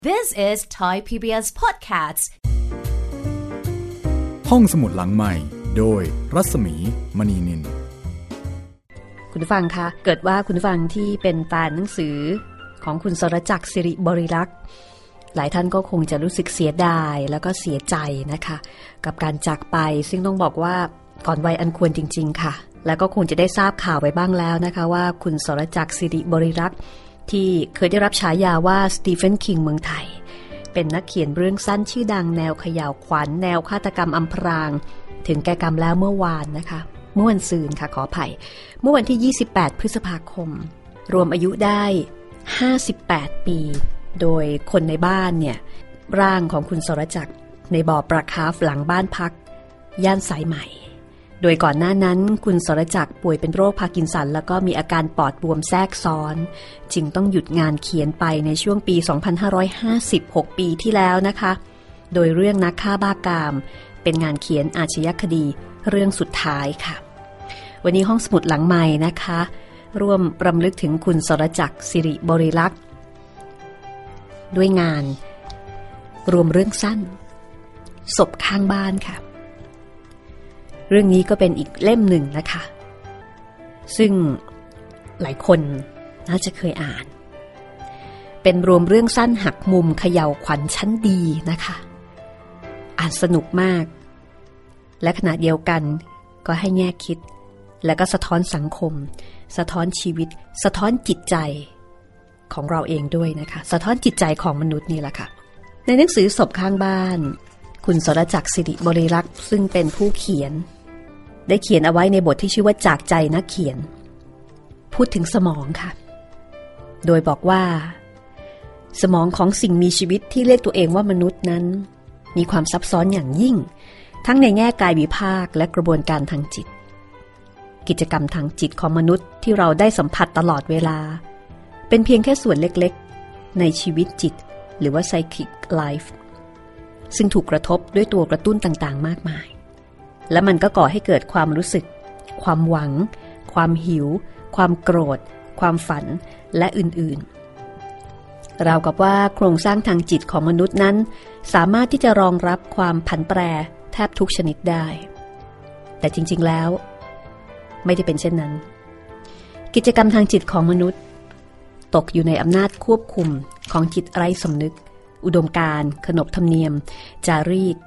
This is Thai PBS Podcast ห้องสมุดหลังใหม่โดยรัศมีมณีนินคุณผู้ฟังคะเกิดว่าคุณผู้ฟังที่เป็นแฟนหนังสือของคุณสรจักร สิริบริลักษ์หลายท่านก็คงจะรู้สึกเสียดายแล้วก็เสียใจนะคะกับการจากไปซึ่งต้องบอกว่าก่อนวัยอันควรจริงๆค่ะแล้วก็คงจะได้ทราบข่าวไปบ้างแล้วนะคะว่าคุณสรจักร สิริบริลักษ์ที่เคยได้รับฉายาว่าสตีเฟนคิงเมืองไทยเป็นนักเขียนเรื่องสั้นชื่อดังแนวเขย่าวขวัญแนวฆาตกรรมอำพรางถึงแก่กรรมแล้วเมื่อวานนะคะเมื่อวันซืนค่ะขออภัยเมื่อวันที่28พฤษภาคมรวมอายุได้58ปีโดยคนในบ้านเนี่ยร่างของคุณสรจักรในบ่อปลาคาร์ฟหลังบ้านพักย่านสายใหม่โดยก่อนหน้านั้นคุณสรจักรป่วยเป็นโรคพาร์กินสันแล้วก็มีอาการปอดบวมแทรกซ้อนจึงต้องหยุดงานเขียนไปในช่วงปี2556ปีที่แล้วนะคะโดยเรื่องนักฆ่าบ้ากามเป็นงานเขียนอาชญคดีเรื่องสุดท้ายค่ะวันนี้ห้องสมุดหลังใหม่นะคะร่วมรำลึกถึงคุณสรจักร สิริบริลักษ์ด้วยงานรวมเรื่องสั้นศพข้างบ้านค่ะเรื่องนี้ก็เป็นอีกเล่มหนึ่งนะคะซึ่งหลายคนน่าจะเคยอ่านเป็นรวมเรื่องสั้นหักมุมเขย่าขวัญชั้นดีนะคะอ่านสนุกมากและขณะเดียวกันก็ให้แง่คิดและก็สะท้อนสังคมสะท้อนชีวิตสะท้อนจิตใจของเราเองด้วยนะคะสะท้อนจิตใจของมนุษย์นี่แหละค่ะในหนังสือศพข้างบ้านคุณสรจักร สิริบริลักษ์ซึ่งเป็นผู้เขียนได้เขียนเอาไว้ในบทที่ชื่อว่าจากใจนักเขียนพูดถึงสมองค่ะโดยบอกว่าสมองของสิ่งมีชีวิตที่เรียกตัวเองว่ามนุษย์นั้นมีความซับซ้อนอย่างยิ่งทั้งในแง่กายวิภาคและกระบวนการทางจิตกิจกรรมทางจิตของมนุษย์ที่เราได้สัมผัสตลอดเวลาเป็นเพียงแค่ส่วนเล็กๆในชีวิตจิตหรือว่า psychic life ซึ่งถูกกระทบด้วยตัวกระตุ้นต่างๆมากมายและมันก็ก่อให้เกิดความรู้สึกความหวังความหิวความโกรธความฝันและอื่นๆราวกับว่าโครงสร้างทางจิตของมนุษย์นั้นสามารถที่จะรองรับความผันแปรแทบทุกชนิดได้แต่จริงๆแล้วไม่ได้เป็นเช่นนั้นกิจกรรมทางจิตของมนุษย์ตกอยู่ในอำนาจควบคุมของจิตไร้สำนึกอุดมการณ์ขนบธรรมเนียมจารีต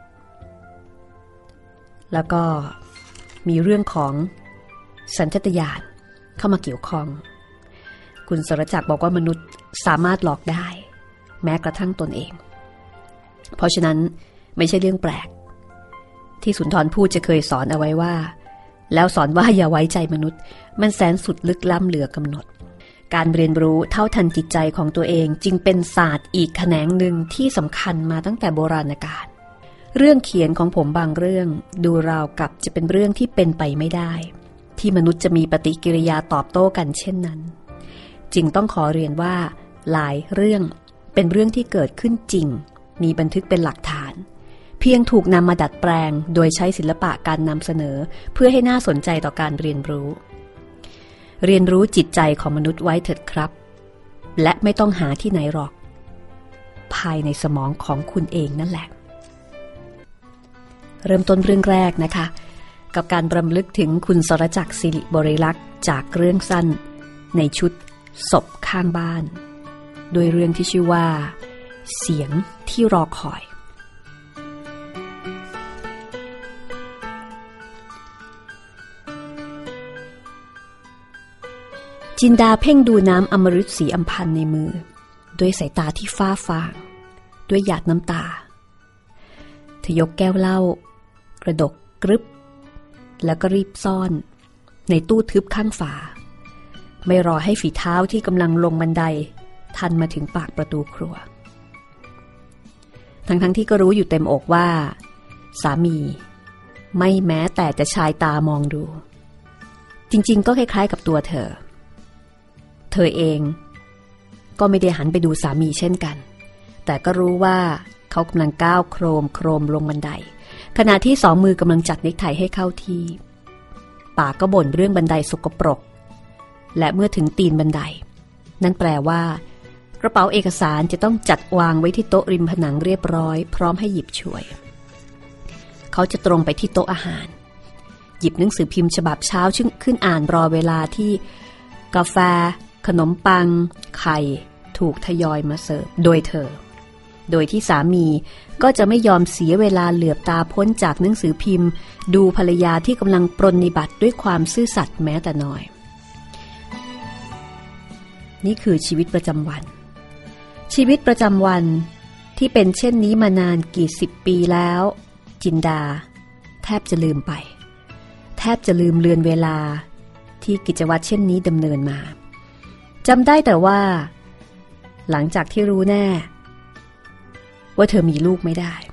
แล้วก็มีเรื่องของสัญชาตญาณเข้ามาเกี่ยวข้องคุณสรจักรบอกว่ามนุษย์สามารถหลอกได้แม้กระทั่งตนเองเพราะฉะนั้นไม่ใช่เรื่องแปลกที่สุนทรภู่จะเคยสอนเอาไว้ว่าแล้วสอนว่าอย่าไว้ใจมนุษย์มันแสนสุดลึกล้ำเหลือกำหนดการเรียนรู้เท่าทันจิตใจของตัวเองจึงเป็นศาสตร์อีกแขนงหนึ่งที่สำคัญมาตั้งแต่โบราณกาลเรื่องเขียนของผมบางเรื่องดูราวกับจะเป็นเรื่องที่เป็นไปไม่ได้ที่มนุษย์จะมีปฏิกิริยาตอบโต้กันเช่นนั้นจึงต้องขอเรียนว่าหลายเรื่องเป็นเรื่องที่เกิดขึ้นจริงมีบันทึกเป็นหลักฐานเพียงถูกนำมาดัดแปลงโดยใช้ศิลปะการนำเสนอเพื่อให้น่าสนใจต่อการเรียนรู้จิตใจของมนุษย์ไว้เถิดครับและไม่ต้องหาที่ไหนหรอกภายในสมองของคุณเองนั่นแหละเริ่มต้นเรื่องแรกนะคะกับการรำลึกถึงคุณสรจักร สิริบริลักษ์จากเรื่องสั้นในชุดศพข้างบ้านโดยเรื่องที่ชื่อว่าเสียงที่รอคอยจินดาเพ่งดูน้ำอมฤตสีอำพันในมือด้วยสายตาที่ฟ้าฟางด้วยหยาดน้ำตาเธอยกแก้วเหล้ากระดกกรึบแล้วก็รีบซ่อนในตู้ทึบข้างฝาไม่รอให้ฝีเท้าที่กำลังลงบันไดทันมาถึงปากประตูครัวทั้งที่ก็รู้อยู่เต็มอกว่าสามีไม่แม้แต่จะชายตามองดูจริงๆก็คล้ายๆกับตัวเธอเองก็ไม่ได้หันไปดูสามีเช่นกันแต่ก็รู้ว่าเขากำลังก้าวโครมลงบันไดขณะที่สองมือกำลังจัดเนคไทให้เข้าที่ปากก็บ่นเรื่องบันไดสกปรกและเมื่อถึงตีนบันไดนั่นแปลว่ากระเป๋าเอกสารจะต้องจัดวางไว้ที่โต๊ะริมผนังเรียบร้อยพร้อมให้หยิบฉวยเขาจะตรงไปที่โต๊ะอาหารหยิบหนังสือพิมพ์ฉบับเช้าขึ้นอ่านรอเวลาที่กาแฟขนมปังไข่ถูกทยอยมาเสิร์ฟโดยเธอโดยที่สามีก็จะไม่ยอมเสียเวลาเหลือบตาพ้นจากหนังสือพิมพ์ดูภรรยาที่กำลังปรนนิบัติด้วยความซื่อสัตย์แม้แต่น้อยนี่คือชีวิตประจำวันชีวิตประจำวันที่เป็นเช่นนี้มานานกี่สิบปีแล้วจินดาแทบจะลืมไปแทบจะลืมเลือนเวลาที่กิจวัตรเช่นนี้ดำเนินมาจำได้แต่ว่าหลังจากที่รู้แน่ว่าเธอมีลูกไม่ได้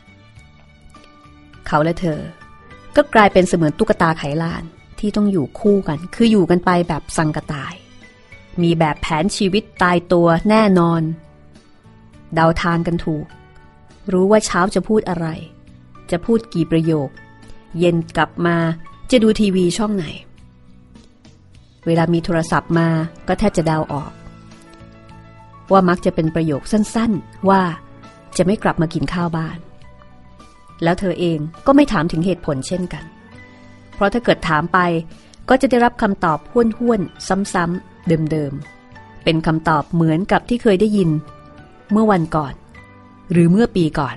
เขาและเธอก็กลายเป็นเสมือนตุ๊กตาไขลานที่ต้องอยู่คู่กันคืออยู่กันไปแบบสังกะตายมีแบบแผนชีวิตตายตัวแน่นอนเดาทางกันถูกรู้ว่าเช้าจะพูดอะไรจะพูดกี่ประโยคเย็นกลับมาจะดูทีวีช่องไหนเวลามีโทรศัพท์มาก็แทบจะเดาออกว่ามักจะเป็นประโยคสั้นๆว่าจะไม่กลับมากินข้าวบ้านแล้วเธอเองก็ไม่ถามถึงเหตุผลเช่นกันเพราะถ้าเกิดถามไปก็จะได้รับคำตอบห้วนๆซ้ำๆเดิมๆเป็นคำตอบเหมือนกับที่เคยได้ยินเมื่อวันก่อนหรือเมื่อปีก่อน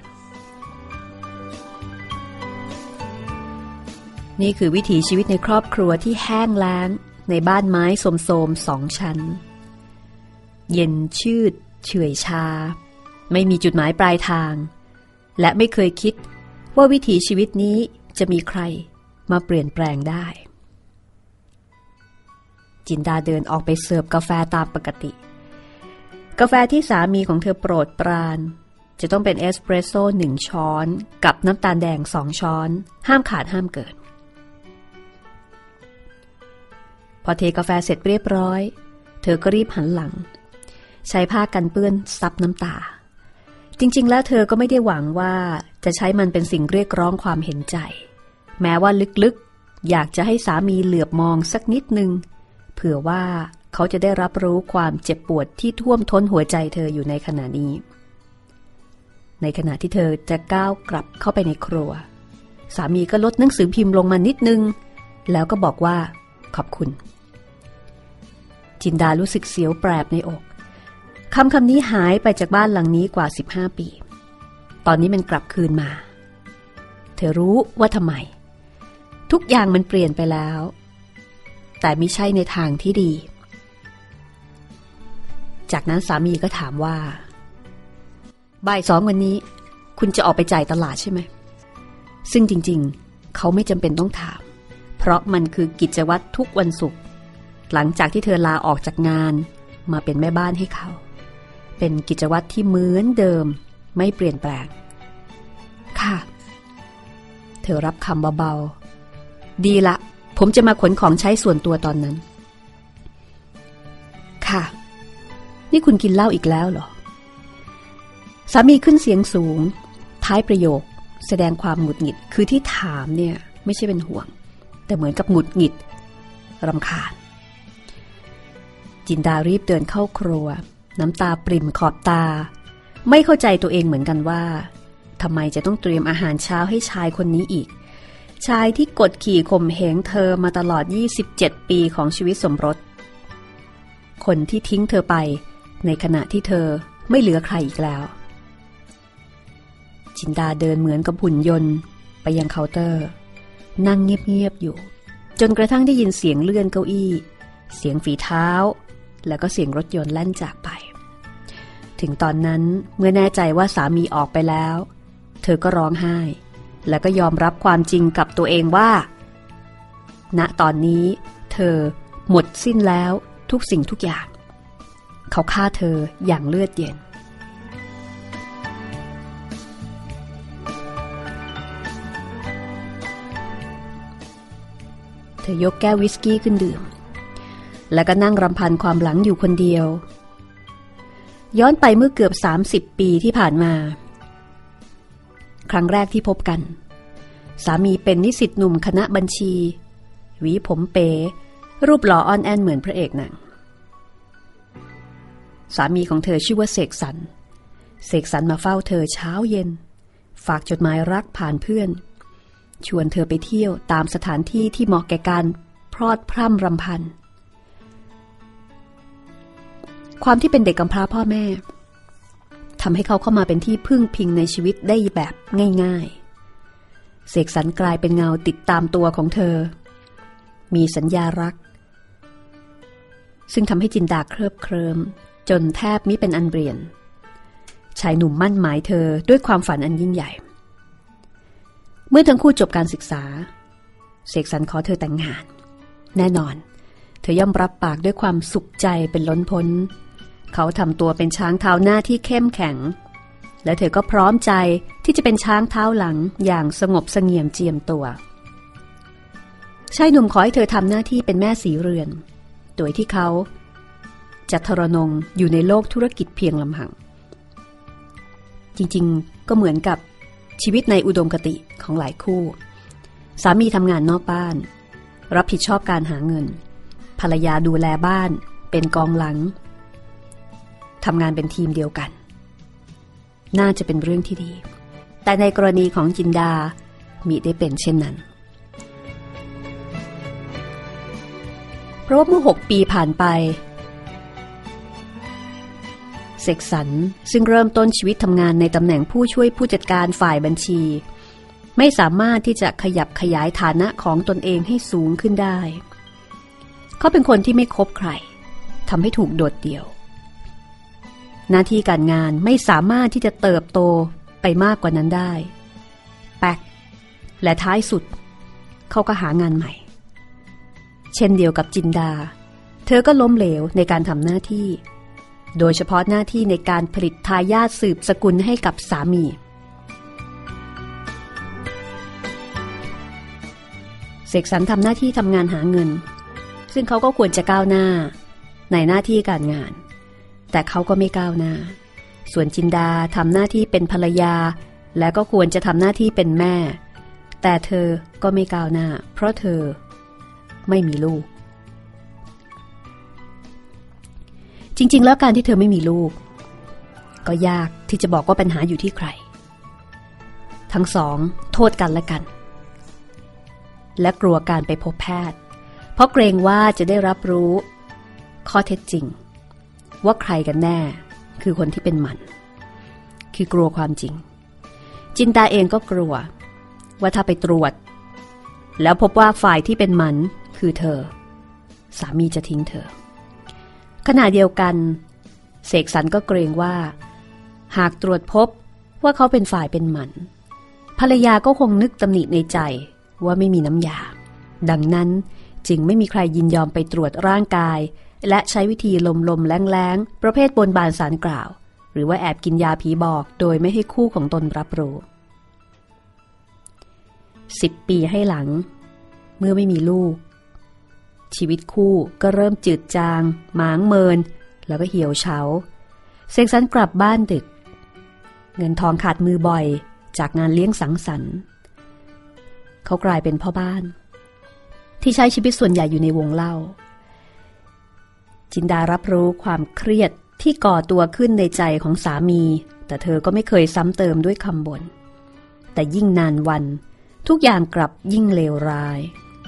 นี่คือวิถีชีวิตในครอบครัวที่แห้งแล้งในบ้านไม้โสมๆ2 ชั้นเย็นชืดเฉื่อยชาไม่มีจุดหมายปลายทางและไม่เคยคิดว่าวิถีชีวิตนี้จะมีใครมาเปลี่ยนแปลงได้จินดาเดินออกไปเสิร์ฟกาแฟตามปกติกาแฟที่สามีของเธอโปรดปรานจะต้องเป็นเอสเปรสโซ่1 ช้อนกับน้ำตาลแดง2 ช้อนห้ามขาดห้ามเกินพอเทกาแฟเสร็จเรียบร้อยเธอก็รีบหันหลังใช้ผ้ากันเปื้อนซับน้ำตาจริงๆแล้วเธอก็ไม่ได้หวังว่าจะใช้มันเป็นสิ่งเรียกร้องความเห็นใจแม้ว่าลึกๆอยากจะให้สามีเหลือบมองสักนิดนึงเผื่อว่าเขาจะได้รับรู้ความเจ็บปวดที่ท่วมท้นหัวใจเธออยู่ในขณะนี้ในขณะที่เธอจะก้าวกลับเข้าไปในครัวสามีก็ลดหนังสือพิมพ์ลงมานิดนึงแล้วก็บอกว่าขอบคุณจินดารู้สึกเสียวแปรบในอกคำนี้หายไปจากบ้านหลังนี้กว่า15 ปีตอนนี้มันกลับคืนมาเธอรู้ว่าทำไมทุกอย่างมันเปลี่ยนไปแล้วแต่ไม่ใช่ในทางที่ดีจากนั้นสามีก็ถามว่าบ่าย 2วันนี้คุณจะออกไปจ่ายตลาดใช่ไหมซึ่งจริงๆเขาไม่จำเป็นต้องถามเพราะมันคือกิจวัตรทุกวันศุกร์หลังจากที่เธอลาออกจากงานมาเป็นแม่บ้านให้เขาเป็นกิจวัตรที่เหมือนเดิมไม่เปลี่ยนแปลงค่ะเธอรับคำเบาๆดีละผมจะมาขนของใช้ส่วนตัวตอนนั้นค่ะนี่คุณกินเหล้าอีกแล้วเหรอสามีขึ้นเสียงสูงท้ายประโยคแสดงความหงุดหงิดคือที่ถามเนี่ยไม่ใช่เป็นห่วงแต่เหมือนกับหงุดหงิดรำคาญจินดารีบเดินเข้าครัวน้ำตาปริ่มขอบตาไม่เข้าใจตัวเองเหมือนกันว่าทำไมจะต้องเตรียมอาหารเช้าให้ชายคนนี้อีกชายที่กดขี่ข่มเหงเธอมาตลอด27 ปีของชีวิตสมรสคนที่ทิ้งเธอไปในขณะที่เธอไม่เหลือใครอีกแล้วจินดาเดินเหมือนกับหุ่นยนต์ไปยังเคาน์เตอร์นั่งเงียบๆอยู่จนกระทั่งได้ยินเสียงเลื่อนเก้าอี้เสียงฝีเท้าแล้วก็เสียงรถยนต์แล่นจากไปถึงตอนนั้นเมื่อแน่ใจว่าสามีออกไปแล้วเธอก็ร้องไห้แล้วก็ยอมรับความจริงกับตัวเองว่าณตอนนี้เธอหมดสิ้นแล้วทุกสิ่งทุกอย่างเขาฆ่าเธออย่างเลือดเย็นเธอยกแก้ววิสกี้ขึ้นดื่มแล้วก็นั่งรำพันความหลังอยู่คนเดียวย้อนไปเมื่อเกือบ30 ปีที่ผ่านมาครั้งแรกที่พบกันสามีเป็นนิสิตหนุ่มคณะบัญชีหวีผมเป๋รูปหล่ออ่อนแอนเหมือนพระเอกหนังสามีของเธอชื่อว่าเสกสรรมาเฝ้าเธอเช้าเย็นฝากจดหมายรักผ่านเพื่อนชวนเธอไปเที่ยวตามสถานที่ที่เหมาะแก่การพรอดพร่ำรำพันความที่เป็นเด็กกำพร้าพ่อแม่ทำให้เขาเข้ามาเป็นที่พึ่งพิงในชีวิตได้แบบง่ายๆเสกสรรกลายเป็นเงาติดตามตัวของเธอมีสัญญารักซึ่งทำให้จินดาเคลิบเคลิ้มจนแทบมิเป็นอันเปลี่ยนชายหนุ่มมั่นหมายเธอด้วยความฝันอันยิ่งใหญ่เมื่อทั้งคู่จบการศึกษาเสกสรรขอเธอแต่งงานแน่นอนเธอย่อมรับปากด้วยความสุขใจเป็นล้นพ้นเขาทำตัวเป็นช้างเท้าหน้าที่เข้มแข็งและเธอก็พร้อมใจที่จะเป็นช้างเท้าหลังอย่างสงบเสงี่ยมเจียมตัวชายหนุ่มขอให้เธอทำหน้าที่เป็นแม่ศรีเรือนโดยที่เขาจะทรนงอยู่ในโลกธุรกิจเพียงลำพังจริงๆก็เหมือนกับชีวิตในอุดมคติของหลายคู่สามีทำงานนอกบ้านรับผิดชอบการหาเงินภรรยาดูแลบ้านเป็นกองหลังทำงานเป็นทีมเดียวกันน่าจะเป็นเรื่องที่ดีแต่ในกรณีของจินดามิได้เป็นเช่นนั้นเพราะว่าเมื่อ6 ปีผ่านไปเสกสรรซึ่งเริ่มต้นชีวิตทำงานในตำแหน่งผู้ช่วยผู้จัดการฝ่ายบัญชีไม่สามารถที่จะขยับขยายฐานะของตนเองให้สูงขึ้นได้เขาเป็นคนที่ไม่คบใครทำให้ถูกโดดเดี่ยวหน้าที่การงานไม่สามารถที่จะเติบโตไปมากกว่านั้นได้แป๊กและท้ายสุดเขาก็หางานใหม่เช่นเดียวกับจินดาเธอก็ล้มเหลวในการทำหน้าที่โดยเฉพาะหน้าที่ในการผลิตทายาทสืบสกุลให้กับสามีเสกสรรทำหน้าที่ทำงานหาเงินซึ่งเขาก็ควรจะก้าวหน้าในหน้าที่การงานแต่เขาก็ไม่ก้าวหน้าส่วนจินดาทำหน้าที่เป็นภรรยาและก็ควรจะทำหน้าที่เป็นแม่แต่เธอก็ไม่ก้าวหน้าเพราะเธอไม่มีลูกจริงๆแล้วการที่เธอไม่มีลูกก็ยากที่จะบอกว่าปัญหาอยู่ที่ใครทั้งสองโทษกันและกันและกลัวการไปพบแพทย์เพราะเกรงว่าจะได้รับรู้ข้อเท็จจริงว่าใครกันแน่คือคนที่เป็นหมันคือกลัวความจริงจินตาเองก็กลัวว่าถ้าไปตรวจแล้วพบว่าฝ่ายที่เป็นหมันคือเธอสามีจะทิ้งเธอขณะเดียวกันเสกสรรก็เกรงว่าหากตรวจพบว่าเขาเป็นฝ่ายเป็นหมันภรรยาก็คงนึกตำหนิในใจว่าไม่มีน้ำยาดังนั้นจึงไม่มีใครยินยอมไปตรวจร่างกายและใช้วิธีลมๆแล้งๆประเภทบนบานสารกล่าวหรือว่าแอบกินยาผีบอกโดยไม่ให้คู่ของตนรับรู้10 ปีให้หลังเมื่อไม่มีลูกชีวิตคู่ก็เริ่มจืดจางหมางเมินแล้วก็เหี่ยวเฉาเสกสรรกลับบ้านดึกเงินทองขาดมือบ่อยจากงานเลี้ยงสังสรรค์เขากลายเป็นพ่อบ้านที่ใช้ชีวิตส่วนใหญ่อยู่ในวงเล่าจินดารับรู้ความเครียดที่ก่อตัวขึ้นในใจของสามีแต่เธอก็ไม่เคยซ้ำเติมด้วยคำบ่นแต่ยิ่งนานวันทุกอย่างกลับยิ่งเลวร้าย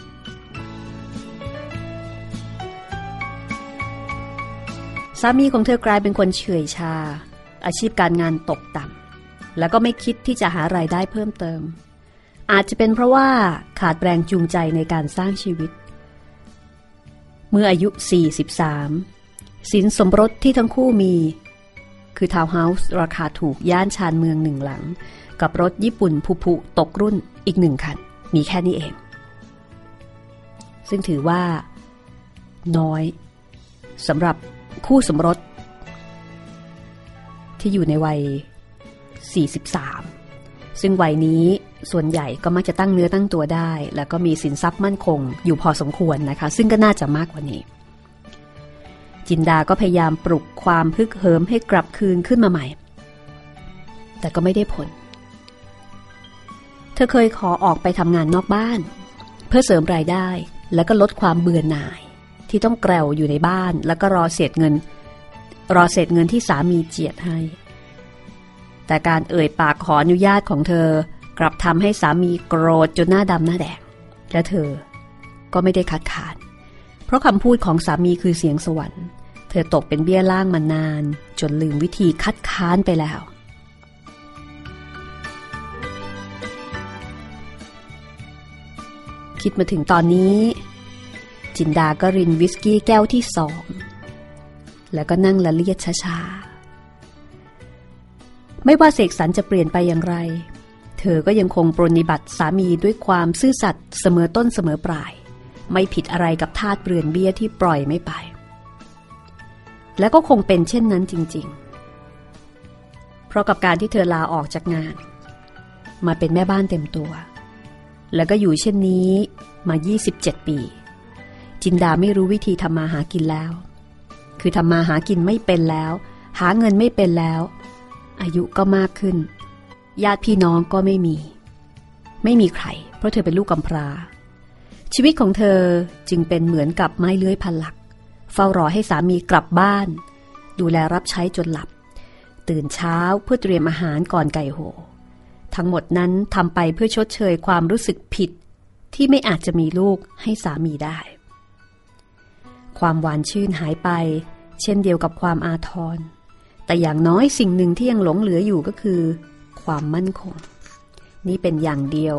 สามีของเธอกลายเป็นคนเฉื่อยชาอาชีพการงานตกต่ำแล้วก็ไม่คิดที่จะหารายได้เพิ่มเติมอาจจะเป็นเพราะว่าขาดแรงจูงใจในการสร้างชีวิตเมื่ออายุ43สินสมรสที่ทั้งคู่มีคือทาวน์เฮาส์ราคาถูกย่านชานเมือง1 หลังกับรถญี่ปุ่นผุๆตกรุ่นอีก1 คันมีแค่นี้เองซึ่งถือว่าน้อยสำหรับคู่สมรสที่อยู่ในวัย43ซึ่งวัยนี้ส่วนใหญ่ก็มักจะตั้งเนื้อตั้งตัวได้แล้วก็มีสินทรัพย์มั่นคงอยู่พอสมควรนะคะซึ่งก็น่าจะมากกว่านี้จินดาก็พยายามปลุกความฮึกเหิมให้กลับคืนขึ้นมาใหม่แต่ก็ไม่ได้ผลเธอเคยขอออกไปทำงานนอกบ้านเพื่อเสริมรายได้และก็ลดความเบื่อหน่ายที่ต้องแกวอยู่ในบ้านแล้วก็รอเศษเงินรอเศษเงินที่สามีเจียดให้แต่การเอ่ยปากขออนุญาตของเธอกลับทำให้สามีโกรธจนหน้าดำหน้าแดงและเธอก็ไม่ได้คัดค้านเพราะคำพูดของสามีคือเสียงสวรรค์เธอตกเป็นเบี้ยล่างมานานจนลืมวิธีคัดค้านไปแล้วคิดมาถึงตอนนี้จินดาก็รินวิสกี้แก้วที่2แล้วก็นั่งละเลียดช้าๆไม่ว่าเสกสรรจะเปลี่ยนไปอย่างไรเธอก็ยังคงปรนนิบัติสามีด้วยความซื่อสัตย์เสมอต้นเสมอปลายไม่ผิดอะไรกับทาสเรือนเบี้ยที่ปล่อยไม่ไปและก็คงเป็นเช่นนั้นจริงๆเพราะกับการที่เธอลาออกจากงานมาเป็นแม่บ้านเต็มตัวแล้วก็อยู่เช่นนี้มา27 ปีจินดาไม่รู้วิธีทำมาหากินแล้วคือทำมาหากินไม่เป็นแล้วหาเงินไม่เป็นแล้วอายุก็มากขึ้นญาติพี่น้องก็ไม่มีใครเพราะเธอเป็นลูกกำพร้าชีวิตของเธอจึงเป็นเหมือนกับไม้เลื้อยพันหลักเฝ้ารอให้สามีกลับบ้านดูแลรับใช้จนหลับตื่นเช้าเพื่อเตรียมอาหารก่อนไก่โหทั้งหมดนั้นทำไปเพื่อชดเชยความรู้สึกผิดที่ไม่อาจจะมีลูกให้สามีได้ความหวานชื่นหายไปเช่นเดียวกับความอาทรแต่อย่างน้อยสิ่งหนึ่งที่ยังหลงเหลืออยู่ก็คือความมั่นคงนี่เป็นอย่างเดียว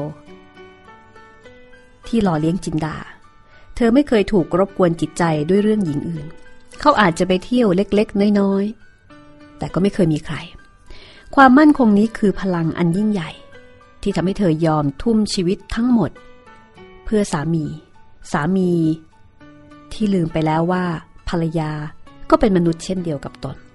ที่หล่อเลี้ยงจินดาเธอไม่เคยถูกรบกวนจิตใจด้วยเรื่องหญิงอื่นเขาอาจจะไปเที่ยวเล็กๆน้อยๆแต่ก็ไม่เคยมีใครความมั่นคงนี้คือพลังอันยิ่งใหญ่ที่ทำให้เธอยอมทุ่มชีวิตทั้งหมดเพื่อสามีที่ลืมไปแล้วว่าภรรยาก็เป็นมนุษย์เช่นเดียวกับตน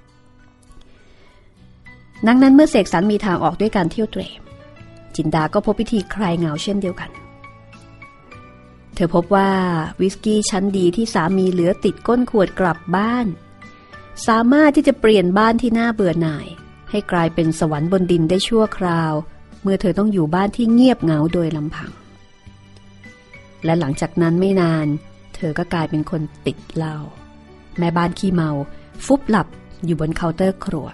ดังนั้นเมื่อเสกสรรมีทางออกด้วยการเที่ยวเตร่จินดาก็พบวิธีคลายเหงาเช่นเดียวกันเธอพบว่าวิสกี้ชั้นดีที่สามีเหลือติดก้นขวดกลับบ้านสามารถที่จะเปลี่ยนบ้านที่น่าเบื่อหน่ายให้กลายเป็นสวรรค์บนดินได้ชั่วคราวเมื่อเธอต้องอยู่บ้านที่เงียบเหงาโดยลำพังและหลังจากนั้นไม่นานเธอก็กลายเป็นคนติดเหล้าแม่บ้านขี้เมาฟุบหลับอยู่บนเคาน์เตอร์ครัว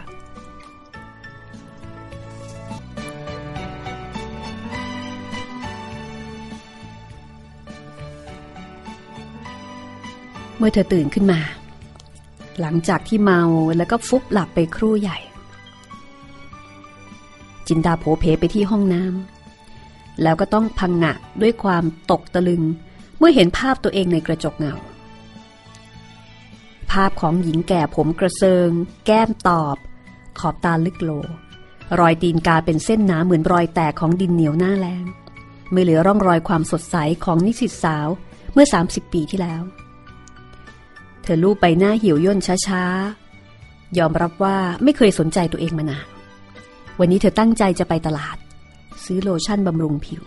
เมื่อเธอตื่นขึ้นมาหลังจากที่เมาแล้วก็ฟุบหลับไปครู่ใหญ่จินดาโผเพไปที่ห้องน้ำแล้วก็ต้องพังงะด้วยความตกตะลึงเมื่อเห็นภาพตัวเองในกระจกเงาภาพของหญิงแก่ผมกระเซิงแก้มตอบขอบตาลึกโลรอยตีนกาเป็นเส้นหนาเหมือนรอยแตกของดินเหนียวหน้าแล้งไม่เหลือร่องรอยความสดใสของนิสิตสาวเมื่อ30 ปีที่แล้วเธอลูบใบหน้าเหี่ยวย่นช้าๆยอมรับว่าไม่เคยสนใจตัวเองมานานวันนี้เธอตั้งใจจะไปตลาดซื้อโลชั่นบำรุงผิว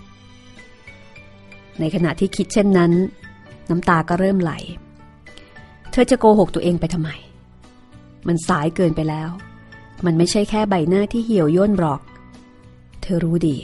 ในขณะที่คิดเช่นนั้นน้ำตาก็เริ่มไหลเธอจะโกหกตัวเองไปทำไมมันสายเกินไปแล้วมันไม่ใช่แค่ใบหน้าที่เหี่ยวย่นหรอกเธอรู้ดี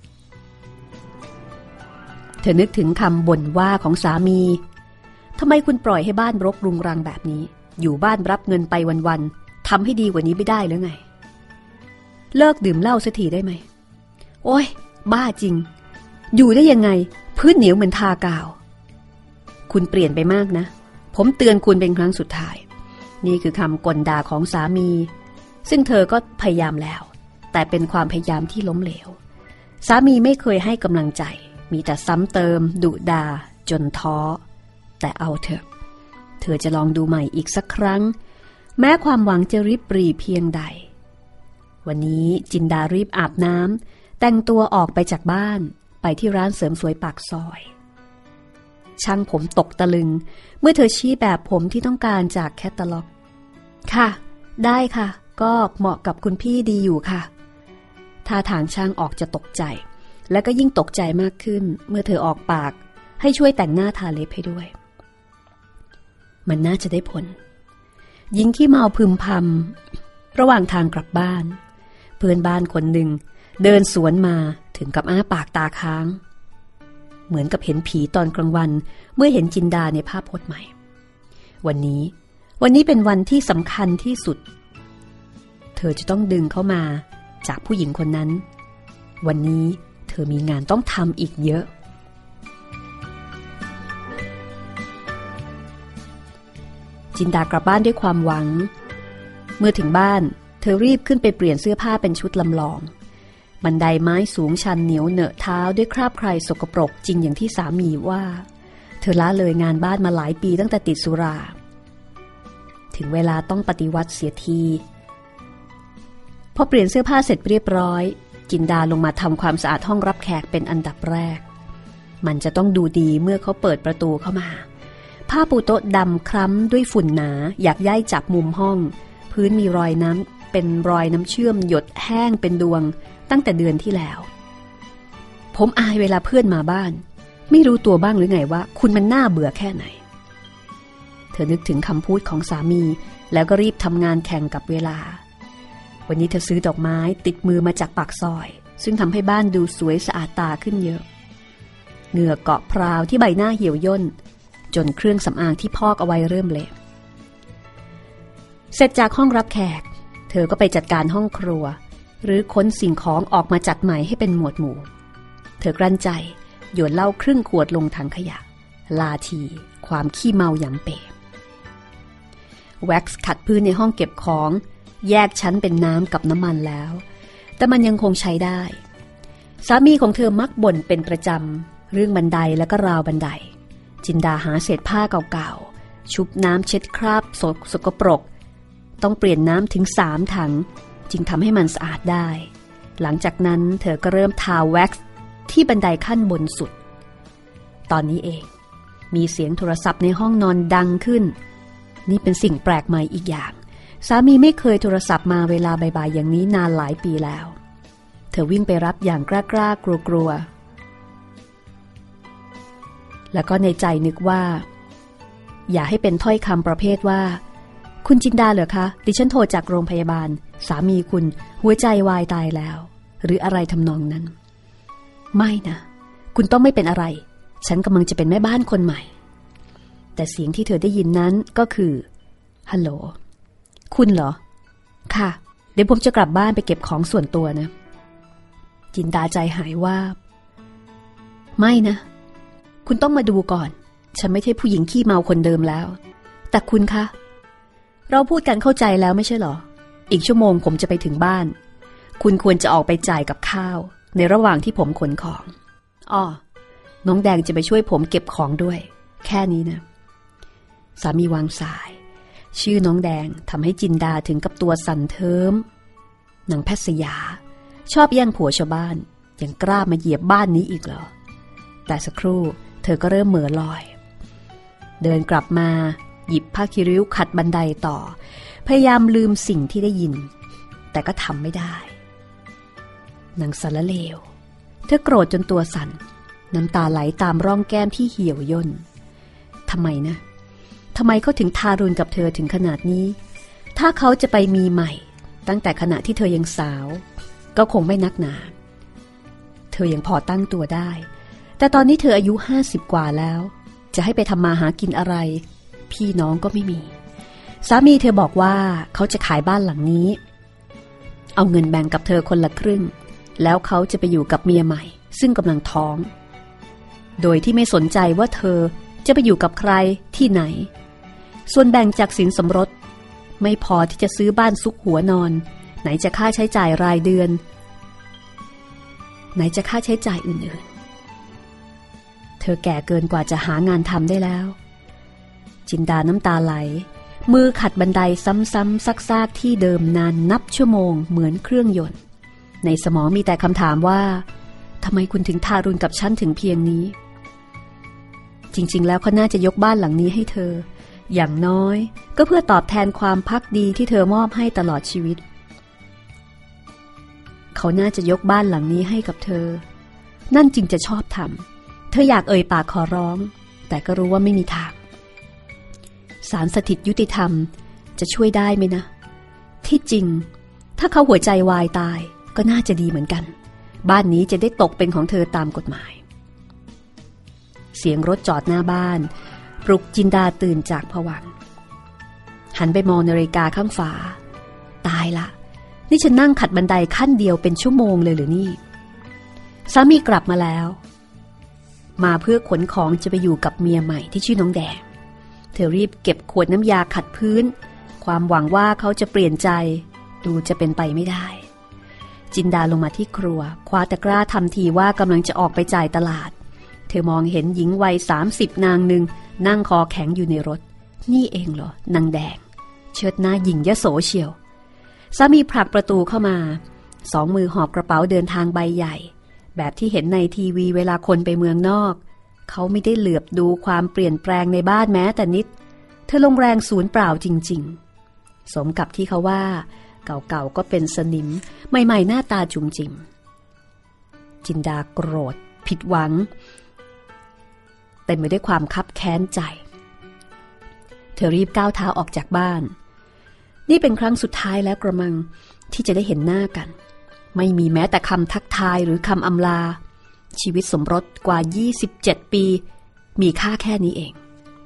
เธอนึกถึงคำบ่นว่าของสามีทำไมคุณปล่อยให้บ้านรกรุงรังแบบนี้อยู่บ้านรับเงินไปวันๆทำให้ดีกว่านี้ไม่ได้หรือไงเลิกดื่มเหล้าสักทีได้ไหมโอ๊ยบ้าจริงอยู่ได้ยังไงพื้นเหนียวเหมือนทากาวคุณเปลี่ยนไปมากนะผมเตือนคุณเป็นครั้งสุดท้ายนี่คือคำกลด่าของสามีซึ่งเธอก็พยายามแล้วแต่เป็นความพยายามที่ล้มเหลวสามีไม่เคยให้กำลังใจมีแต่ซ้ำเติมดุด่าจนท้อแต่เอาเถอะเธอจะลองดูใหม่อีกสักครั้งแม้ความหวังจะริบหรี่เพียงใดวันนี้จินดารีบอาบน้ำแต่งตัวออกไปจากบ้านไปที่ร้านเสริมสวยปากซอยช่างผมตกตะลึงเมื่อเธอชี้แบบผมที่ต้องการจากแคตตาล็อกค่ะได้ค่ะก็เหมาะกับคุณพี่ดีอยู่ค่ะท่าทางช่างออกจะตกใจและก็ยิ่งตกใจมากขึ้นเมื่อเธอออกปากให้ช่วยแต่งหน้าทาเล็บให้ด้วยมันน่าจะได้ผลหญิงขี้เมาพึมพำระหว่างทางกลับบ้านเพื่อนบ้านคนหนึ่งเดินสวนมาถึงกับอ้าปากตาค้างเหมือนกับเห็นผีตอนกลางวันเมื่อเห็นจินดาในภาพพจน์ใหม่วันนี้วันนี้เป็นวันที่สำคัญที่สุดเธอจะต้องดึงเขามาจากผู้หญิงคนนั้นวันนี้เธอมีงานต้องทำอีกเยอะจินดากลับบ้านด้วยความหวังเมื่อถึงบ้านเธอรีบขึ้นไปเปลี่ยนเสื้อผ้าเป็นชุดลำลองบันไดไม้สูงชันเหนียวเหนอะเท้าด้วยคราบใครสกปรกจริงอย่างที่สามีว่าเธอละเลยงานบ้านมาหลายปีตั้งแต่ติดสุราถึงเวลาต้องปฏิวัติเสียทีพอเปลี่ยนเสื้อผ้าเสร็จเรียบร้อยจินดาลงมาทำความสะอาดห้องรับแขกเป็นอันดับแรกมันจะต้องดูดีเมื่อเขาเปิดประตูเข้ามาผ้าปูโต๊ะดำคล้ำด้วยฝุ่นหนาอยากย้ายจับมุมห้องพื้นมีรอยน้ำเป็นรอยน้ำเชื่อมหยดแห้งเป็นดวงตั้งแต่เดือนที่แล้วผมอายเวลาเพื่อนมาบ้านไม่รู้ตัวบ้างหรือไงว่าคุณมันน่าเบื่อแค่ไหนเธอนึกถึงคำพูดของสามีแล้วก็รีบทำงานแข่งกับเวลาวันนี้เธอซื้อดอกไม้ติดมือมาจากปากซอยซึ่งทำให้บ้านดูสวยสะอาดตาขึ้นเยอะเหงื่อเกาะพราวที่ใบหน้าเหี่ยวย่นจนเครื่องสำอางที่พอกเอาไว้เริ่มเละเสร็จจากห้องรับแขกเธอก็ไปจัดการห้องครัวหรือค้นสิ่งของออกมาจัดใหม่ให้เป็นหมวดหมู่เธอกลั้นใจโยนเหล้าครึ่งขวดลงถังขยะลาทีความขี้เมายำเปแว็กซ์ขัดพื้นในห้องเก็บของแยกชั้นเป็นน้ำกับน้ำมันแล้วแต่มันยังคงใช้ได้สามีของเธอมักบ่นเป็นประจำเรื่องบันไดและก็ราวบันไดจินดาหาเศษผ้าเก่าๆชุบน้ำเช็ดคราบสกปรกต้องเปลี่ยนน้ำถึง3 ถังจึงทำให้มันสะอาดได้หลังจากนั้นเธอก็เริ่มทาแว็กซ์ที่บันไดขั้นบนสุดตอนนี้เองมีเสียงโทรศัพท์ในห้องนอนดังขึ้นนี่เป็นสิ่งแปลกใหม่อีกอย่างสามีไม่เคยโทรศัพท์มาเวลาบ่ายๆอย่างนี้นานหลายปีแล้วเธอวิ่งไปรับอย่างกล้าๆกลัวๆแล้วก็ในใจนึกว่าอย่าให้เป็นถ้อยคำประเภทว่าคุณจินดาเหรอคะดิฉันโทรจากโรงพยาบาลสามีคุณหัวใจวายตายแล้วหรืออะไรทำนองนั้นไม่นะคุณต้องไม่เป็นอะไรฉันกำลังจะเป็นแม่บ้านคนใหม่แต่เสียงที่เธอได้ยินนั้นก็คือฮัลโหลคุณเหรอค่ะเดี๋ยวผมจะกลับบ้านไปเก็บของส่วนตัวนะจินดาใจหายวาบไม่นะคุณต้องมาดูก่อนฉันไม่ใช่ผู้หญิงขี้เมาคนเดิมแล้วแต่คุณคะเราพูดกันเข้าใจแล้วไม่ใช่เหรออีกชั่วโมงผมจะไปถึงบ้านคุณควรจะออกไปจ่ายกับข้าวในระหว่างที่ผมขนของอ้อน้องแดงจะไปช่วยผมเก็บของด้วยแค่นี้นะสามีวางสายชื่อน้องแดงทำให้จินดาถึงกับตัวสั่นเทิมนางแพทย์สยาชอบแย่งผัวชาวบ้านยังกล้ามาเหยียบบ้านนี้อีกเหรอแต่สักครู่เธอก็เริ่มเหม่อลอยเดินกลับมาหยิบผ้าคีริ้วขัดบันไดต่อพยายามลืมสิ่งที่ได้ยินแต่ก็ทำไม่ได้นางสารเลวเธอโกรธจนตัวสั่นน้ำตาไหลตามร่องแก้มที่เหี่ยวย่นทำไมนะทำไมเขาถึงทารุณกับเธอถึงขนาดนี้ถ้าเขาจะไปมีใหม่ตั้งแต่ขณะที่เธอยังสาวก็คงไม่นักหนาเธอยังพอตั้งตัวได้แต่ตอนนี้เธออายุ50 กว่าแล้วจะให้ไปทำมาหากินอะไรพี่น้องก็ไม่มีสามีเธอบอกว่าเขาจะขายบ้านหลังนี้เอาเงินแบ่งกับเธอคนละครึ่งแล้วเขาจะไปอยู่กับเมียใหม่ซึ่งกำลังท้องโดยที่ไม่สนใจว่าเธอจะไปอยู่กับใครที่ไหนส่วนแบ่งจากสินสมรสไม่พอที่จะซื้อบ้านซุกหัวนอนไหนจะค่าใช้จ่ายรายเดือนไหนจะค่าใช้จ่ายอื่นๆเธอแก่เกินกว่าจะหางานทำได้แล้วจินดาน้ำตาไหลมือขัดบันไดซ้ำๆซักๆที่เดิมนานนับชั่วโมงเหมือนเครื่องยนต์ในสมองมีแต่คำถามว่าทำไมคุณถึงทารุณกับฉันถึงเพียงนี้จริงๆแล้วเขาน่าจะยกบ้านหลังนี้ให้เธออย่างน้อยก็เพื่อตอบแทนความภักดีที่เธอมอบให้ตลอดชีวิตเขาน่าจะยกบ้านหลังนี้ให้กับเธอนั่นจึงจะชอบทำเธออยากเอ่ยปากขอร้องแต่ก็รู้ว่าไม่มีทางศาลสถิตยุติธรรมจะช่วยได้ไหมนะที่จริงถ้าเขาหัวใจวายตายก็น่าจะดีเหมือนกันบ้านนี้จะได้ตกเป็นของเธอตามกฎหมายเสียงรถจอดหน้าบ้านปลุกจินดาตื่นจากผวังค์หันไปมองนาฬิกาข้างฝาตายละนี่ฉันนั่งขัดบันไดขั้นเดียวเป็นชั่วโมงเลยหรือนี่สามีกลับมาแล้วมาเพื่อขนของจะไปอยู่กับเมียใหม่ที่ชื่อน้องแดงเธอรีบเก็บขวดน้ำยาขัดพื้นความหวังว่าเขาจะเปลี่ยนใจดูจะเป็นไปไม่ได้จินดาลงมาที่ครัวคว้าตะกร้าทำทีว่ากำลังจะออกไปจ่ายตลาดเธอมองเห็นหญิงวัย30นางหนึ่งนั่งคอแข็งอยู่ในรถนี่เองเหรอนางแดงเชิดหน้าหญิงยโสเชียวสามีผลักประตูเข้ามาสองมือหอบกระเป๋าเดินทางใบใหญ่แบบที่เห็นในทีวีเวลาคนไปเมืองนอกเขาไม่ได้เหลือบดูความเปลี่ยนแปลงในบ้านแม้แต่นิดเธอลงแรงศูนย์เปล่าจริงๆสมกับที่เขาว่าเก่าๆก็เป็นสนิมใหม่ๆหน้าตาจุ๋มจิ๋มจินดาโกรธผิดหวังเต็มไปด้วยความคับแค้นใจเธอรีบก้าวเท้าออกจากบ้านนี่เป็นครั้งสุดท้ายแล้วกระมังที่จะได้เห็นหน้ากันไม่มีแม้แต่คำทักทายหรือคำอำลาชีวิตสมรสกว่า27ปีมีค่าแค่นี้เอง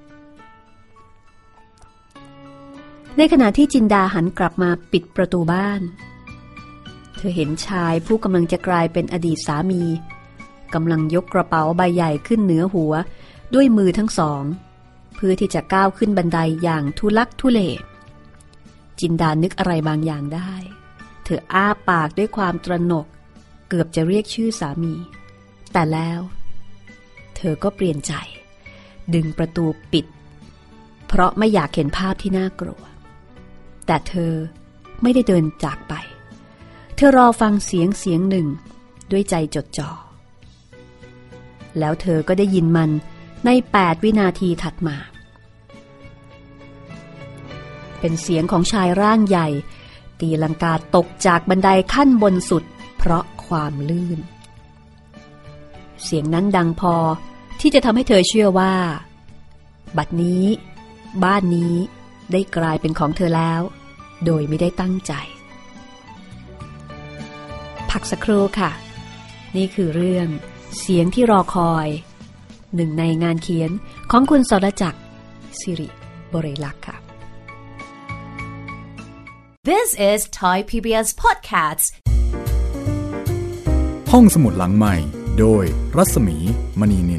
ในขณะที่จินดาหันกลับมาปิดประตูบ้านเธอเห็นชายผู้กำลังจะกลายเป็นอดีตสามีกำลังยกกระเป๋าใบใหญ่ขึ้นเหนือหัวด้วยมือทั้งสองเพื่อที่จะก้าวขึ้นบันไดอย่างทุลักทุเลจินดานึกอะไรบางอย่างได้เธออ้าปากด้วยความตระหนกเกือบจะเรียกชื่อสามีแต่แล้วเธอก็เปลี่ยนใจดึงประตูปิดเพราะไม่อยากเห็นภาพที่น่ากลัวแต่เธอไม่ได้เดินจากไปเธอรอฟังเสียงหนึ่งด้วยใจจดจ่อแล้วเธอก็ได้ยินมันใน8วินาทีถัดมาเป็นเสียงของชายร่างใหญ่ตีลังกาตกจากบันไดขั้นบนสุดเพราะความลื่นเสียงนั้นดังพอที่จะทำให้เธอเชื่อว่าบัดนี้บ้านนี้ได้กลายเป็นของเธอแล้วโดยไม่ได้ตั้งใจพักสักครู่ค่ะนี่คือเรื่องเสียงที่รอคอยหนึ่งในงานเขียนของคุณสรจักรสิริบริลักษ์ค่ะ This is Thai PBS Podcasts ห้องสมุดหลังใหม่โดยรัศมีมณีนิน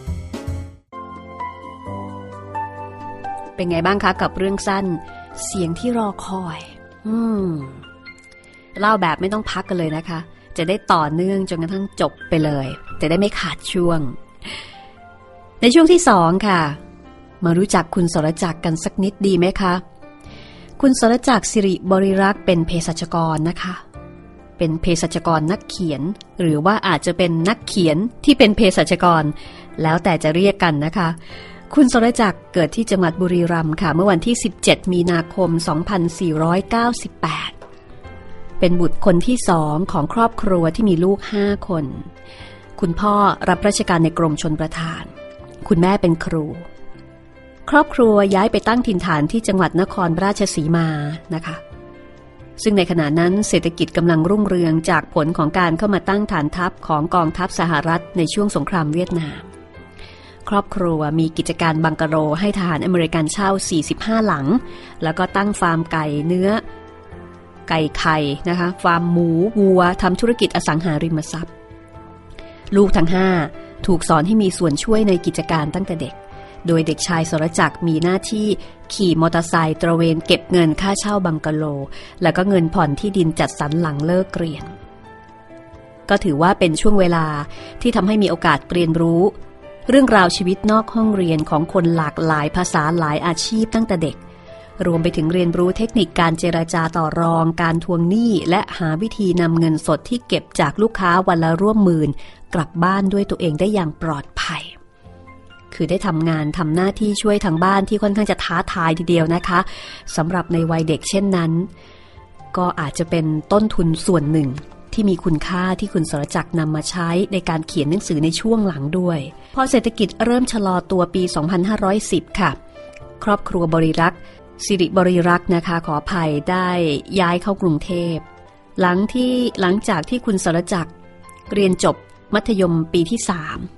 เป็นไงบ้างคะกับเรื่องสั้นเสียงที่รอคอยเล่าแบบไม่ต้องพักกันเลยนะคะจะได้ต่อเนื่องจนกระทั่งจบไปเลยจะได้ไม่ขาดช่วงในช่วงที่2ค่ะมารู้จักคุณสรจักรกันสักนิดดีไหมคะคุณสรจักรสิริบริรักษ์เป็นเภสัชกรนะคะเป็นเภสัชกรนักเขียนหรือว่าอาจจะเป็นนักเขียนที่เป็นเภสัชกรแล้วแต่จะเรียกกันนะคะคุณสรจักรเกิดที่จังหวัดบุรีรัมย์ค่ะเมื่อวันที่17มีนาคม2498เป็นบุตรคนที่2ของครอบครัวที่มีลูก5คนคุณพ่อรับราชการในกรมชลประทานคุณแม่เป็นครูครอบครัวย้ายไปตั้งถิ่นฐานที่จังหวัดนครราชสีมานะคะซึ่งในขณะนั้นเศรษฐกิจกำลังรุ่งเรืองจากผลของการเข้ามาตั้งฐานทัพของกองทัพสหรัฐในช่วงสงครามเวียดนามครอบครัวมีกิจการบังกะโรให้ทหารอเมริกันเช่า45หลังแล้วก็ตั้งฟาร์มไก่เนื้อไก่ไข่นะคะฟาร์มหมูวัวทำธุรกิจอสังหาริมทรัพย์ลูกทั้ง5ถูกสอนให้มีส่วนช่วยในกิจการตั้งแต่เด็กโดยเด็กชายสรจักรมีหน้าที่ขี่มอเตอร์ไซค์ตระเวนเก็บเงินค่าเช่าบังกะโลแล้วก็เงินผ่อนที่ดินจัดสรรหลังเลิกเรียนก็ถือว่าเป็นช่วงเวลาที่ทำให้มีโอกาสเรียนรู้เรื่องราวชีวิตนอกห้องเรียนของคนหลากหลายภาษาหลายอาชีพตั้งแต่เด็กรวมไปถึงเรียนรู้เทคนิคการเจรจาต่อรองการทวงหนี้และหาวิธีนำเงินสดที่เก็บจากลูกค้าวันละร่วมหมื่นกลับบ้านด้วยตัวเองได้อย่างปลอดภัยคือได้ทำงานทำหน้าที่ช่วยทางบ้านที่ค่อนข้างจะท้าทายทีเดียวนะคะสำหรับในวัยเด็กเช่นนั้นก็อาจจะเป็นต้นทุนส่วนหนึ่งที่มีคุณค่าที่คุณสรจักรนำมาใช้ในการเขียนหนังสือในช่วงหลังด้วยพอเศรษฐกิจเริ่มชะลอตัวปี 2510 ค่ะครอบครัวบริรักษ์สิริบริรักษ์นะคะขออภัยได้ย้ายเข้ากรุงเทพหลังจากที่คุณสรจักรเรียนจบมัธยมปีที่3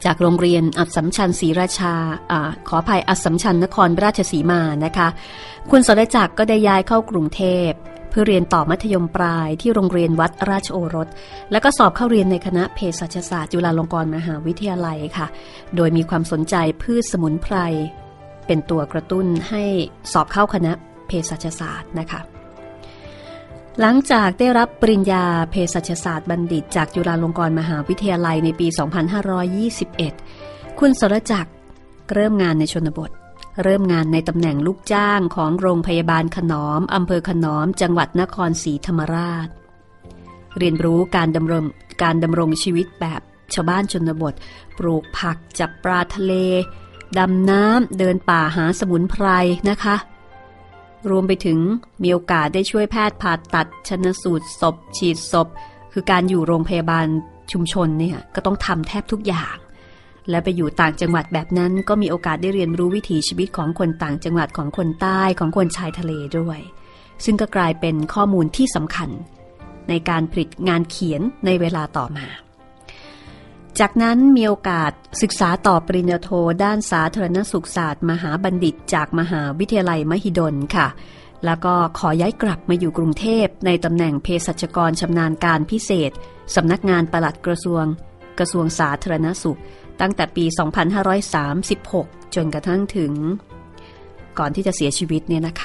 จากโรงเรียนอัสสัมชัญศรีราชาขออภัยอัสสัมชัญนครราชสีมานะคะคุณสรจักรก็ได้ย้ายเข้ากรุงเทพเพื่อเรียนต่อมัธยมปลายที่โรงเรียนวัดราชโอรสแล้วก็สอบเข้าเรียนในคณะเภสัชศาสตร์จุฬาลงกรณ์มหาวิทยาลัยค่ะโดยมีความสนใจพืชสมุนไพรเป็นตัวกระตุ้นให้สอบเข้าคณะเภสัชศาสตร์นะคะหลังจากได้รับปริญญาเภสัชศาสตร์บัณฑิตจากจุฬาลงกรณ์มหาวิทยาลัยในปี 2521 คุณสรจักรเริ่มงานในชนบทเริ่มงานในตำแหน่งลูกจ้างของโรงพยาบาลขนอมอำเภอขนอมจังหวัดนครศรีธรรมราชเรียนรู้การดำรงชีวิตแบบชาวบ้านชนบทปลูกผักจับปลาทะเลดำน้ำเดินป่าหาสมุนไพรนะคะรวมไปถึงมีโอกาสได้ช่วยแพทย์ผ่าตัดชันสูตรศพฉีดศพคือการอยู่โรงพยาบาลชุมชนเนี่ยก็ต้องทำแทบทุกอย่างและไปอยู่ต่างจังหวัดแบบนั้นก็มีโอกาสได้เรียนรู้วิถีชีวิตของคนต่างจังหวัดของคนใต้ของคนชายทะเลด้วยซึ่งก็กลายเป็นข้อมูลที่สำคัญในการผลิตงานเขียนในเวลาต่อมาจากนั้นมีโอกาสศึกษาต่อปริญญาโทด้านสาธารณสุขศาสตร์มหาบัณฑิตจากมหาวิทยาลัยมหิดลค่ะแล้วก็ขอย้ายกลับมาอยู่กรุงเทพในตำแหน่งเภสัชกรชำนาญการพิเศษสำนักงานปลัดกระทรวงสาธารณสุขตั้งแต่ปี 2536 จนกระทั่งถึงก่อนที่จะเสียชีวิตเนี่ยนะคะ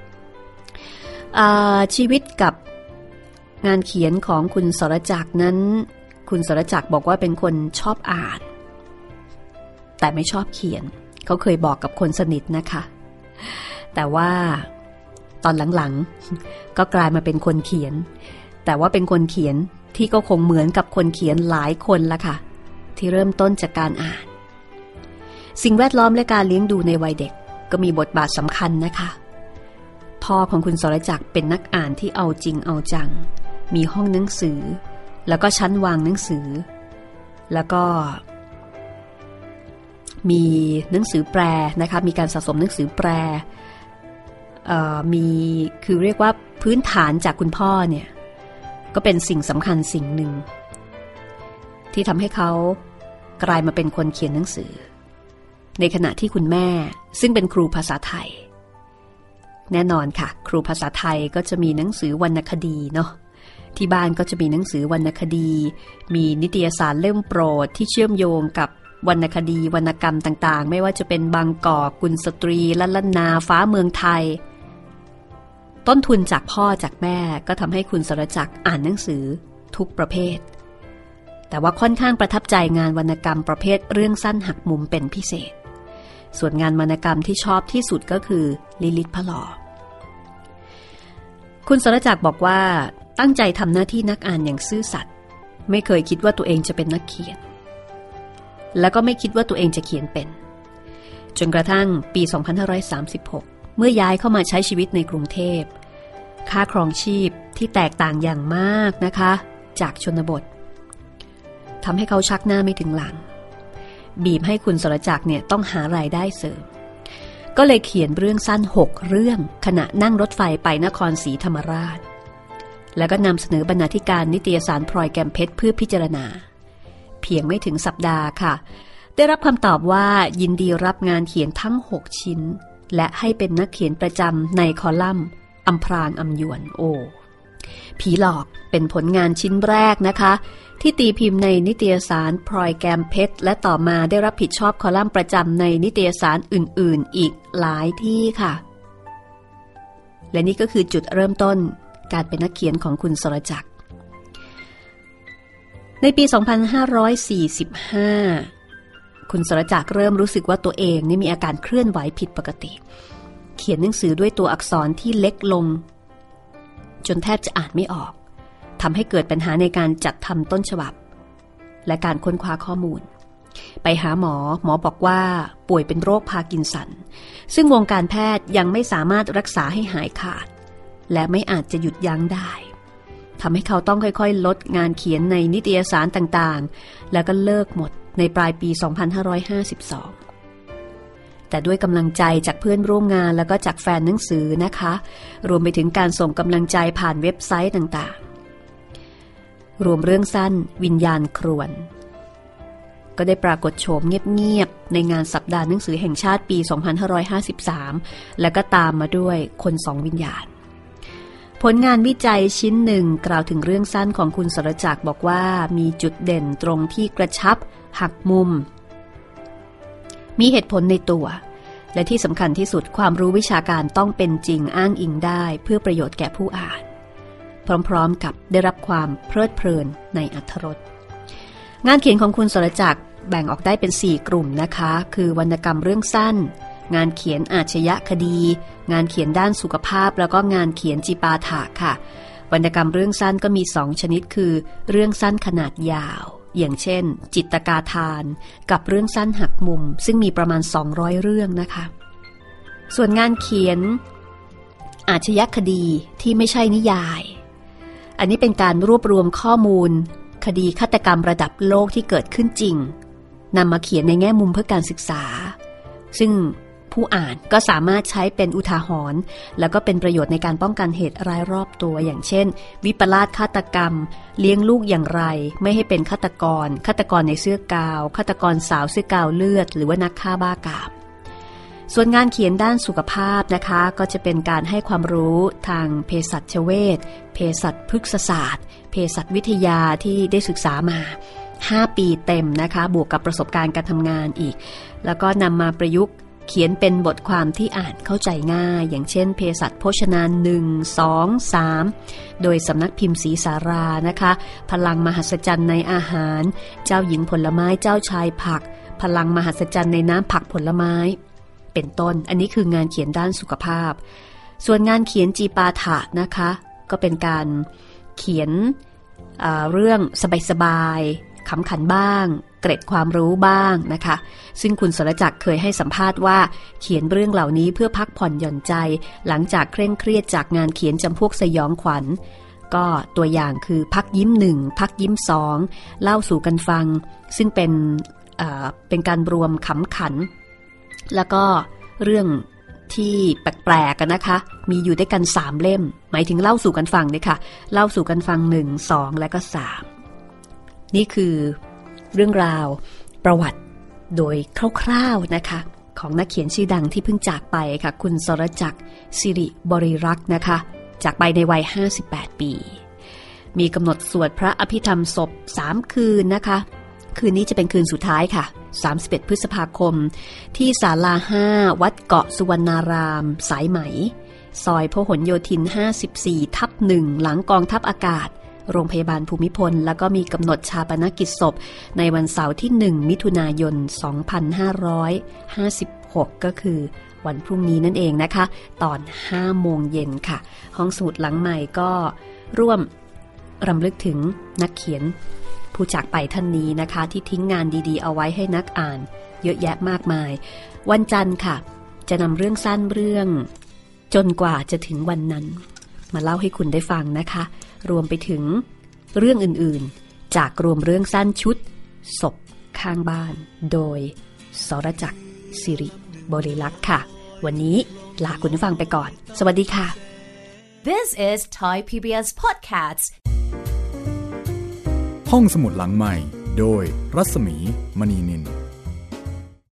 ชีวิตกับงานเขียนของคุณสรจักรนั้นคุณสรจักรบอกว่าเป็นคนชอบอ่านแต่ไม่ชอบเขียนเขาเคยบอกกับคนสนิทนะคะแต่ว่าตอนหลังๆก็กลายมาเป็นคนเขียนแต่ว่าเป็นคนเขียนที่ก็คงเหมือนกับคนเขียนหลายคนละค่ะที่เริ่มต้นจากการอ่านสิ่งแวดล้อมและการเลี้ยงดูในวัยเด็กก็มีบทบาทสำคัญนะคะพ่อของคุณสรจักรเป็นนักอ่านที่เอาจริงเอาจังมีห้องหนังสือแล้วก็ชั้นวางหนังสือแล้วก็มีหนังสือแปลนะคะมีการสะสมหนังสือแปลมีคือเรียกว่าพื้นฐานจากคุณพ่อเนี่ยก็เป็นสิ่งสำคัญสิ่งหนึ่งที่ทำให้เขากลายมาเป็นคนเขียนหนังสือในขณะที่คุณแม่ซึ่งเป็นครูภาษาไทยแน่นอนค่ะครูภาษาไทยก็จะมีหนังสือวรรณคดีเนาะที่บ้านก็จะมีหนังสือวรรณคดีมีนิตยสารเล่มโปรดที่เชื่อมโยงกับวรรณคดีวรรณกรรมต่างๆไม่ว่าจะเป็นบางกอกกุลสตรีละล้านนาฟ้าเมืองไทยต้นทุนจากพ่อจากแม่ก็ทำให้คุณสรจักรอ่านหนังสือทุกประเภทแต่ว่าค่อนข้างประทับใจงานวรรณกรรมประเภทเรื่องสั้นหักมุมเป็นพิเศษส่วนงานวรรณกรรมที่ชอบที่สุดก็คือลิลิตพระหล่อคุณสรจักรบอกว่าตั้งใจทำหน้าที่นักอ่านอย่างซื่อสัตย์ไม่เคยคิดว่าตัวเองจะเป็นนักเขียนแล้วก็ไม่คิดว่าตัวเองจะเขียนเป็นจนกระทั่งปี 2536 เมื่อย้ายเข้ามาใช้ชีวิตในกรุงเทพค่าครองชีพที่แตกต่างอย่างมากนะคะจากชนบททำให้เขาชักหน้าไม่ถึงหลังบีบให้คุณสรจักรเนี่ยต้องหารายได้เสริมก็เลยเขียนเรื่องสั้น6เรื่องขณะนั่งรถไฟไปนครศรีธรรมราชแล้วก็นำเสนอบรรณาธิการนิตยสารพลอยแก้มเพชรเพื่อพิจารณาเพียงไม่ถึงสัปดาห์ค่ะได้รับคำตอบว่ายินดีรับงานเขียนทั้ง6ชิ้นและให้เป็นนักเขียนประจำในคอลัมน์อำพรางอำยวนโอผีหลอกเป็นผลงานชิ้นแรกนะคะที่ตีพิมพ์ในนิตยสารพลอยแก้มเพชรและต่อมาได้รับผิดชอบคอลัมน์ประจำในนิตยสารอื่นๆอีกหลายที่ค่ะและนี่ก็คือจุดเริ่มต้นการเป็นนักเขียนของคุณสรจักรในปี 2545 คุณสรจักรเริ่มรู้สึกว่าตัวเองนี่มีอาการเคลื่อนไหวผิดปกติเขียนหนังสือด้วยตัวอักษรที่เล็กลงจนแทบจะอ่านไม่ออกทำให้เกิดปัญหาในการจัดทำต้นฉบับและการค้นคว้าข้อมูลไปหาหมอบอกว่าป่วยเป็นโรคพาร์กินสันซึ่งวงการแพทย์ยังไม่สามารถรักษาให้หายขาดและไม่อาจจะหยุดยั้งได้ทำให้เขาต้องค่อยๆลดงานเขียนในนิตยสารต่างๆแล้วก็เลิกหมดในปลายปี 2552 แต่ด้วยกำลังใจจากเพื่อนร่วมงานแล้วก็จากแฟนหนังสือนะคะรวมไปถึงการส่งกำลังใจผ่านเว็บไซต์ต่างๆรวมเรื่องสั้นวิญญาณครวนก็ได้ปรากฏโฉมเงียบๆในงานสัปดาห์หนังสือแห่งชาติปี 2553 และก็ตามมาด้วยคนสองวิญญาณผลงานวิจัยชิ้นหนึ่งกล่าวถึงเรื่องสั้นของคุณสรจักรบอกว่ามีจุดเด่นตรงที่กระชับหักมุมมีเหตุผลในตัวและที่สำคัญที่สุดความรู้วิชาการต้องเป็นจริงอ้างอิงได้เพื่อประโยชน์แก่ผู้อ่านพร้อมๆกับได้รับความเพลิดเพลินในอรรถรสงานเขียนของคุณสรจักรแบ่งออกได้เป็น4กลุ่มนะคะคือวรรณกรรมเรื่องสั้นงานเขียนอาชญคดีงานเขียนด้านสุขภาพแล้วก็งานเขียนจิปาถะค่ะวรรณกรรมเรื่องสั้นก็มี2ชนิดคือเรื่องสั้นขนาดยาวอย่างเช่นจิตกาทานกับเรื่องสั้นหักมุมซึ่งมีประมาณ200เรื่องนะคะส่วนงานเขียนอาชญคดีที่ไม่ใช่นิยายอันนี้เป็นการรวบรวมข้อมูลคดีฆาตกรรมระดับโลกที่เกิดขึ้นจริงนำมาเขียนในแง่มุมเพื่อการศึกษาซึ่งผู้อ่านก็สามารถใช้เป็นอุทาหรณ์แล้วก็เป็นประโยชน์ในการป้องกันเหตุร้ายรอบตัวอย่างเช่นวิปลาสฆาตกรรมเลี้ยงลูกอย่างไรไม่ให้เป็นฆาตกรในเสื้อกาวฆาตกรสาวเสื้อกาวเลือดหรือว่านักฆ่าบ้ากามส่วนงานเขียนด้านสุขภาพนะคะก็จะเป็นการให้ความรู้ทางเภสัชเวชเภสัชพฤกษศาสตร์เภสัชวิทยาที่ได้ศึกษามา5 ปีเต็มนะคะบวกกับประสบการณ์การทำงานอีกแล้วก็นำมาประยุกต์เขียนเป็นบทความที่อ่านเข้าใจง่ายอย่างเช่นเภสัชโภชนา1 2 3โดยสำนักพิมพ์ศรีสารานะคะพลังมหัศจรรย์ในอาหารเจ้าหญิงผลไม้เจ้าชายผักพลังมหัศจรรย์ในน้ำผักผลไม้เป็นต้นอันนี้คืองานเขียนด้านสุขภาพส่วนงานเขียนจีปาถะนะคะก็เป็นการเขียนเรื่องสบายๆขำขันบ้างเกร็ดความรู้บ้างนะคะซึ่งคุณสรจักรเคยให้สัมภาษณ์ว่าเขียนเรื่องเหล่านี้เพื่อพักผ่อนหย่อนใจหลังจากเคร่งเครียดจากงานเขียนจำพวกสยองขวัญก็ตัวอย่างคือพักยิ้ม1พักยิ้ม2เล่าสู่กันฟังซึ่งเป็นการรวมขำขันแล้วก็เรื่องที่แปลกๆกันนะคะมีอยู่ด้วยกัน3เล่มหมายถึงเล่าสู่กันฟังเนี่ยค่ะเล่าสู่กันฟัง1 2และก็3นี่คือเรื่องราวประวัติโดยคร่าวๆนะคะของนักเขียนชื่อดังที่เพิ่งจากไปค่ะคุณสรจักรสิริบริรักษ์นะคะจากไปในวัย58 ปีมีกำหนดสวดพระอภิธรรมศพ3คืนนะคะคืนนี้จะเป็นคืนสุดท้ายค่ะ31 พฤษภาคมที่ศาลา5วัดเกาะสุวรรณารามสายไหมซอยพหลโยธิน 54/1 หลังกองทัพอากาศโรงพยาบาลภูมิพลแล้วก็มีกำหนดชาปนกิจศพในวันเสาร์ที่1มิถุนายน2556ก็คือวันพรุ่งนี้นั่นเองนะคะตอน 5 โมงเย็นค่ะห้องสมุดหลังใหม่ก็ร่วมรำลึกถึงนักเขียนผู้จากไปท่านนี้นะคะที่ทิ้งงานดีๆเอาไว้ให้นักอ่านเยอะแยะมากมายวันจันทร์ค่ะจะนำเรื่องสั้นเรื่องจนกว่าจะถึงวันนั้นมาเล่าให้คุณได้ฟังนะคะรวมไปถึงเรื่องอื่นๆจากรวมเรื่องสั้นชุดศพข้างบ้านโดยสรจักรสิริบริลักษ์ค่ะวันนี้ลาคุณผู้ฟังไปก่อนสวัสดีค่ะ This is Thai PBS Podcast ห้องสมุดหลังใหม่โดยรัศมีมณีนิน